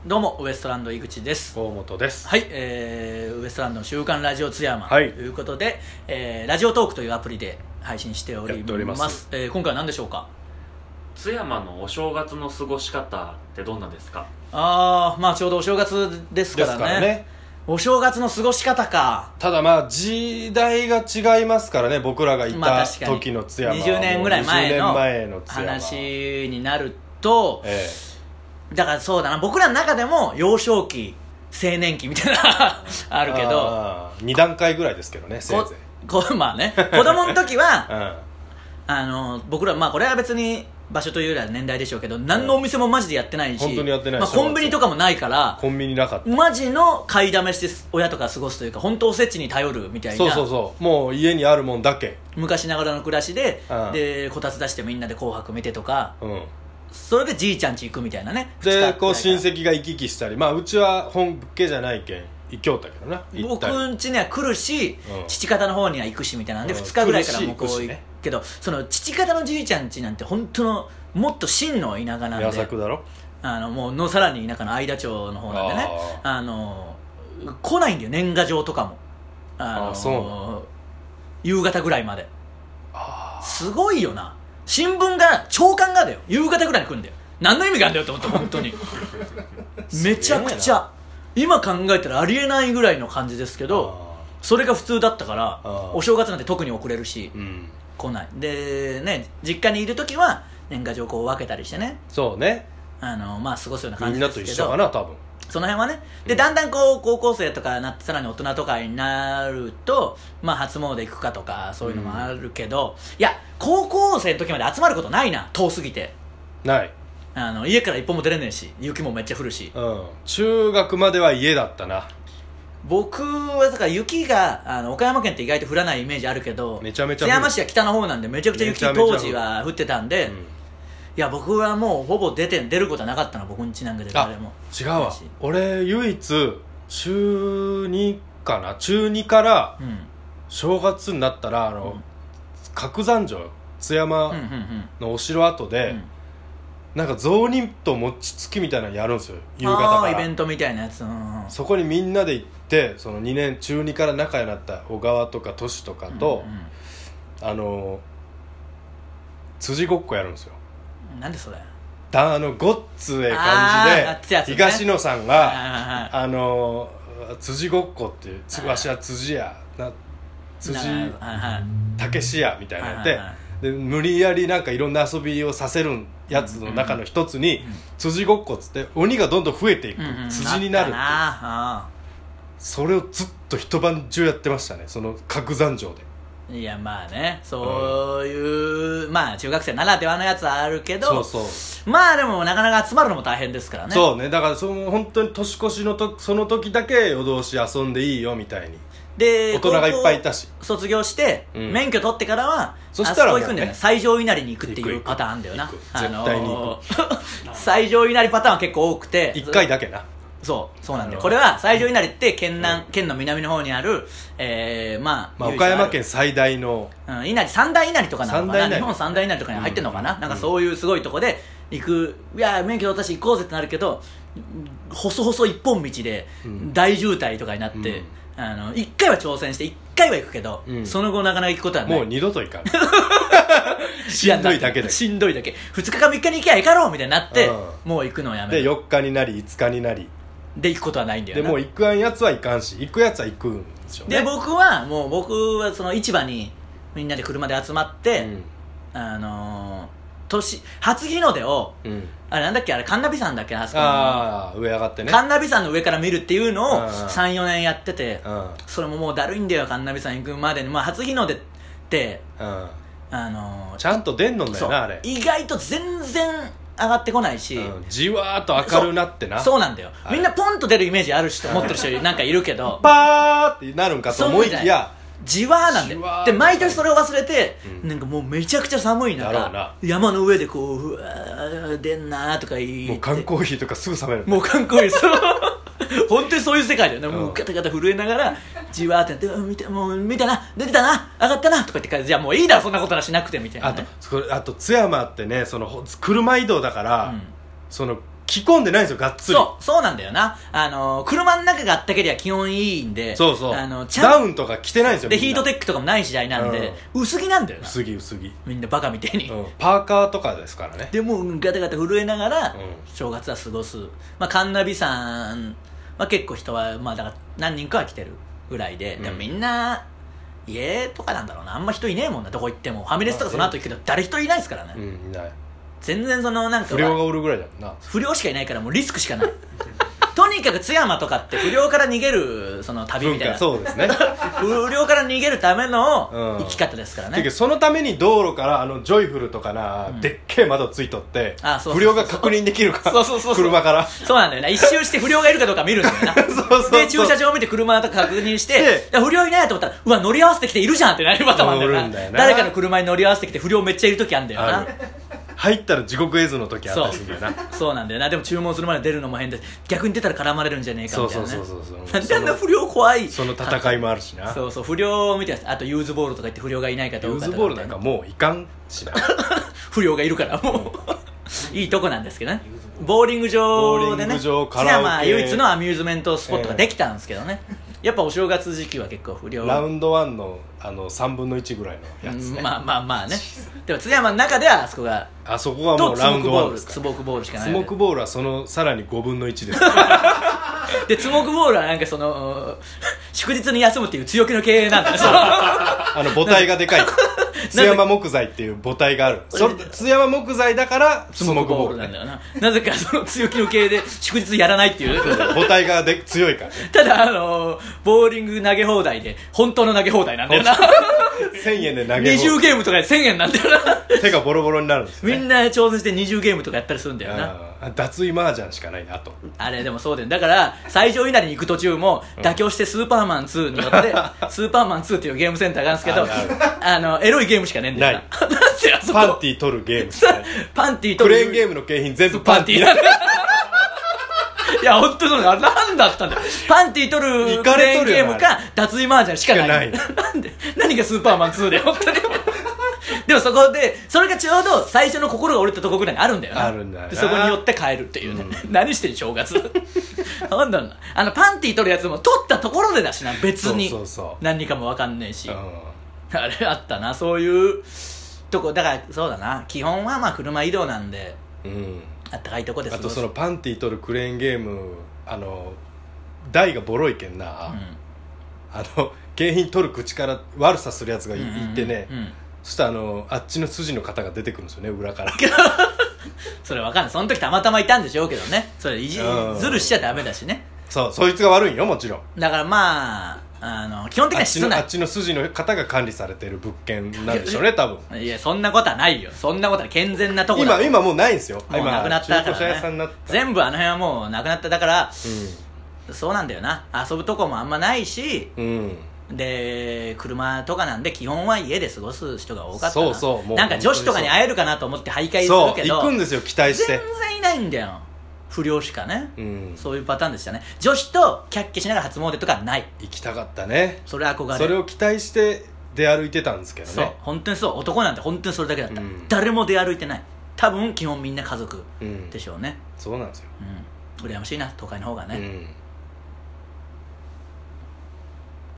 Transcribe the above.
どうもウエストランド井口です。 大本です。 はい、ウエストランドの週刊ラジオ津山とはいいうことで、ラジオトークというアプリで配信しておりやっておりま。 ます今回は何でしょうか。 津山のお正月の過ごし方ってどんなですか？ まあちょうどお正月ですからね。お正月の過ごし方か。 ただまあ時代が違いますからね。僕らがいた時の津山は 20年ぐらい前の津山話になると、だからそうだな、僕らの中でも幼少期青年期みたいなあるけど 2段階ぐらいですけどね、せいぜいまあね、子供の時は、僕ら、まあこれは別に場所というよりは年代でしょうけど、何のお店もマジでやってないし、 本当にやってないし、 コンビニとかもないから、 コンビニなかった、 マジの買いだめして親とか過ごすというか、本当おせちに頼るみたいな。 そうもう家にあるもんだけ、 昔ながらの暮らしで、でこたつ出してみんなで紅白見てとか、それでじいちゃん家行くみたいなね。 でこう親戚が行き来したり、まあうちは本家じゃないけん行きょうたけどな。 僕ん家には来るし、父方の方には行くしみたいなんで、2日ぐらいから向こう行くけど、その父方のじいちゃん家なんて本当のもっと真の田舎なんで、 矢作だろ、 もうのさらに田舎の相田町の方なんでね、来ないんだよ、年賀状とかも夕方ぐらいまで。すごいよな。新聞が朝刊がだよ、夕方ぐらいに来るんだよ。何の意味があるんだよって思った本当にめちゃくちゃ今考えたらありえないぐらいの感じですけど、それが普通だったから、お正月なんて特に遅れるし、来ないでね。実家にいる時は年賀状こう分けたりしてね、 そうね、 まあ過ごすような感じですけど、 みんなと一緒かな多分その辺はね。でだんだんこう高校生とかなってさらに大人とかになると、まあ初詣行くかとかそういうのもあるけど、いや高校生の時まで集まることないな、遠すぎて。 ない。 家から一歩も出れねえし、雪もめっちゃ降るし、 中学までは家だったな。 僕はだから雪が岡山県って意外と降らないイメージあるけど、 めちゃめちゃ降る。 津山市は北の方なんでめちゃくちゃ雪当時は降ってたんで、いや僕はもうほぼ出ることはなかったの、僕ん家なんかで誰も。 違うわ、俺唯一中2かな、中2から正月になったら角山城、津山のお城跡で、なんか雑煮と餅つきみたいなのやるんですよ、夕方から。 イベントみたいなやつ、 そこにみんなで行って、その2年中2から仲良くなった小川とかトシとかと、辻ごっこやるんですよ。 なんでそれ、 ごっつええ感じで、東野さんが辻ごっこっていう、わしは辻や辻武志やみたいなので、無理やりなんかいろんな遊びをさせるやつの中の一つに、辻ごっこっつって鬼がどんどん増えていく、辻になるっていう、それをずっと一晩中やってましたね、その角山城で。 いやまあね、そういう、まあ中学生ならではのやつはあるけど、まあでもなかなか集まるのも大変ですからね。 そうね、だから本当に年越しのその時だけ夜通し遊んでいいよみたいに。で大人がいっぱいいたし、 卒業して、免許取ってからはそしたらあそこ行くんだよね、最上稲荷に行くっていうパターンあるんだよな。 絶対に行く最上稲荷パターンは結構多くて、 1回だけな。 そうなんだよ。これは最上稲荷って県の南の方にある、まあ岡山県最大の稲荷、三大稲荷とかなのかな、日本三大稲荷とかに入ってんのかな、なんかそういうすごいとこで行く。いや免許取ったし行こうぜってなるけど、細々一本道で大渋滞とかになって、1回は挑戦して1回は行くけど、その後なかなか行くことはない。 もう二度と行かないしんどいだけで、 しんどいだけ。2日か3日に行きゃいかろうみたいになって、もう行くのをやめる。 で4日になり5日になりで行くことはないんだよな。 でもう行くやつは行かんし、行くやつは行くんでしょうね。 で僕はその市場にみんなで車で集まって、初日の出を、あれなんだっけ、あれ神奈美山だっけな、あそこの上上がってね、 神奈美山の上から見るっていうのを 3,4 年やってて、それももうだるいんだよ、神奈美山行くまでに。まあ初日の出ってちゃんと出んのんだよな、あれ。 意外と全然上がってこないし、 じわーっと明るなってな。 そうなんだよ、みんなポンと出るイメージある人持ってる人なんかいるけどパーってなるんかと思いきやじわーなんで。で毎年それを忘れて、なんかもうめちゃくちゃ寒い中山の上でこうふわー出んなーとか言って、 もう缶コーヒーとかすぐ冷める。 もう缶コーヒー本当にそういう世界だよね。もうガタガタ震えながらじわーってやって、もう見たな、出てたな、上がったなとか言って、じゃあもういいだろそんなことはしなくてみたいな、ね、 あと津山ってね、その車移動だから、その着込んでないんですよ、がっつり。 そうなんだよな。車の中があったけりゃ気温いいんで、 そうそう、ダウンとか着てないんですよ。 でヒートテックとかもない時代なんで、薄着なんだよな。 薄着みんなバカみたいに、 パーカーとかですからね。 でもガタガタ震えながら正月は過ごす。まあカンナビさんは結構人はまあだから何人かは来てるぐらいで、でもみんな家とかなんだろうな。あんま人いねえもんな、どこ行っても。ファミレスとかその後行くけど誰一人いないですからね。 いない。 全然なんか不良がおるぐらいだもんな。 不良しかいないからもうリスクしかない。とにかく津山とかって不良から逃げるその旅みたいな、 そうですね。 不良から逃げるための生き方ですからね。 そのために道路からジョイフルとかな、でっけえ窓ついとって不良が確認できるか、車から。 そうなんだよな。一周して不良がいるかどうか見るんだよな。で駐車場を見て車とか確認して不良いないと思ったら、うわ乗り合わせてきているじゃんってなるパターンなんだよな。誰かの車に乗り合わせてきて不良めっちゃいる時あるんだよな。 入ったら地獄絵図の時あったりするんだよな。 そうなんだよな。でも注文するまで出るのも変で、逆に出たら絡まれるんじゃねえかみたいなね。 そうなんであんな不良怖い。 その戦いもあるしな。 そう不良を見て、あとユーズボールとか言って不良がいないかどうか。 ユーズボールなんかもういかんしな。 不良がいるからもういいとこなんですけどね。ボーリング場でね、津山唯一のアミューズメントスポットができたんですけどね。やっぱお正月時期は結構不良。 ラウンド1の3分の1ぐらいのやつね。 まあね。でも津山の中ではあそこはもうラウンド1ですから。 スモークボールしかない。 スモークボールはそのさらに5分の1です。 でスモークボールはなんか祝日に休むっていう強気の経営なんだね。 母体がでかい。津山木材っていう母体がある。津山木材だからスモークボールなんだよな。なぜかその強気の経営で祝日やらないっていう。 母体が強いから。 ただボーリング投げ放題で本当の投げ放題なんだよな。 1000円で投げ 20ゲームとかで1000円なんだよな。 手がボロボロになるんですね。 みんな挑戦して20ゲームとかやったりするんだよな。 脱衣麻雀しかないなと。 あれでもそうだよ。だから最上稲荷に行く途中も妥協してスーパーマン2によってスーパーマン2っていうゲームセンターがあるんですけど、エロいゲームしかねえんだよな。 パンティ取るゲームしかない。 パンティ取るクレーンゲームの景品全部パンティなんだ。 いや本当そうだ。何だったんだよ。パンティ取るクレーンゲームか脱衣麻雀しかない。なんで何がスーパーマン2で本当に。でもそこでそれがちょうど最初の心が折れたところぐらいにあるんだよな。 あるんだよな。 でそこに寄って帰るっていうね。何してん正月。なんだろうな。パンティ取るやつも取ったところでだしな、別に。何かも分かんねえし。あれあったな、そういうとこ。だからそうだな、基本はまあ車移動なんで、あったかいとこです。 あとそのパンティ取るクレーンゲーム、台がボロいけんな、景品取る口から悪さするやつがいてね、そしたらあっちの筋の方が出てくるんですよね、裏から。 それ分かんない。その時たまたまいたんでしょうけどね。それずるしちゃダメだしね。 そいつが悪いんよ、もちろん。 だからまあ基本的には室内、 あっちの筋の方が管理されてる物件なんでしょうね、多分。 いやそんなことはないよ。そんなことは健全なとこだ。 今もうないんですよ。 もうなくなったからね。 中古車屋さんになった。 全部あの辺はもうなくなった。だから、そうなんだよな。遊ぶとこもあんまないし、で車とかなんで基本は家で過ごす人が多かったな。そうなんか女子とかに会えるかなと思って徘徊するけど、 行くんですよ、期待して。 全然いないんだよ、不良しかね。そういうパターンでしたね。女子とキャッキャしながら初詣とかない。 行きたかったね。 それ憧れ。 それを期待して出歩いてたんですけどね。 そう本当にそう。男なんて本当にそれだけだった、誰も出歩いてない。多分基本みんな家族でしょうね。 そうなんですよ。 羨ましいな、都会の方がね。